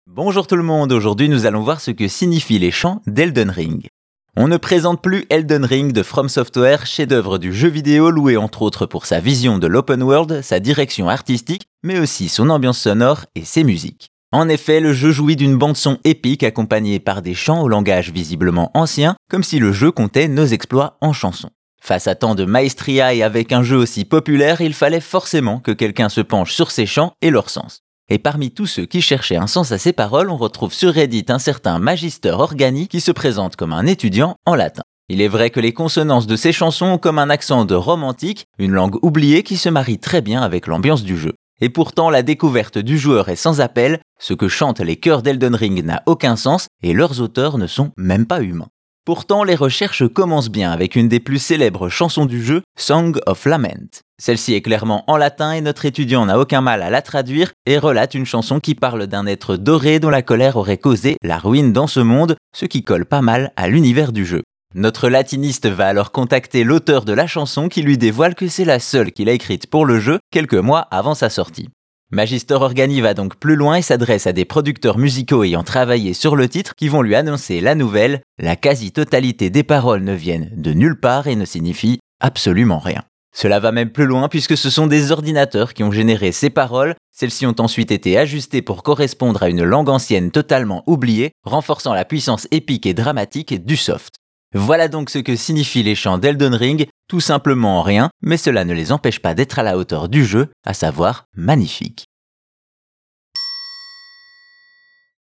Bonjour tout le monde, aujourd'hui nous allons voir ce que signifient les chants d'Elden Ring. On ne présente plus Elden Ring de From Software, chef-d'œuvre du jeu vidéo loué entre autres pour sa vision de l'open world, sa direction artistique, mais aussi son ambiance sonore et ses musiques. En effet, le jeu jouit d'une bande-son épique accompagnée par des chants au langage visiblement ancien, comme si le jeu comptait nos exploits en chansons. Face à tant de maestria et avec un jeu aussi populaire, il fallait forcément que quelqu'un se penche sur ces chants et leur sens. Et parmi tous ceux qui cherchaient un sens à ces paroles, on retrouve sur Reddit un certain Magister Organi qui se présente comme un étudiant en latin. Il est vrai que les consonances de ces chansons ont comme un accent de romantique, une langue oubliée qui se marie très bien avec l'ambiance du jeu. Et pourtant, la découverte du joueur est sans appel, ce que chantent les chœurs d'Elden Ring n'a aucun sens et leurs auteurs ne sont même pas humains. Pourtant, les recherches commencent bien avec une des plus célèbres chansons du jeu, Song of Lament. Celle-ci est clairement en latin et notre étudiant n'a aucun mal à la traduire et relate une chanson qui parle d'un être doré dont la colère aurait causé la ruine dans ce monde, ce qui colle pas mal à l'univers du jeu. Notre latiniste va alors contacter l'auteur de la chanson qui lui dévoile que c'est la seule qu'il a écrite pour le jeu quelques mois avant sa sortie. Magister Organi va donc plus loin et s'adresse à des producteurs musicaux ayant travaillé sur le titre qui vont lui annoncer la nouvelle, la quasi-totalité des paroles ne viennent de nulle part et ne signifient absolument rien. Cela va même plus loin puisque ce sont des ordinateurs qui ont généré ces paroles, celles-ci ont ensuite été ajustées pour correspondre à une langue ancienne totalement oubliée, renforçant la puissance épique et dramatique du soft. Voilà donc ce que signifient les chants d'Elden Ring, tout simplement rien, mais cela ne les empêche pas d'être à la hauteur du jeu, à savoir magnifique.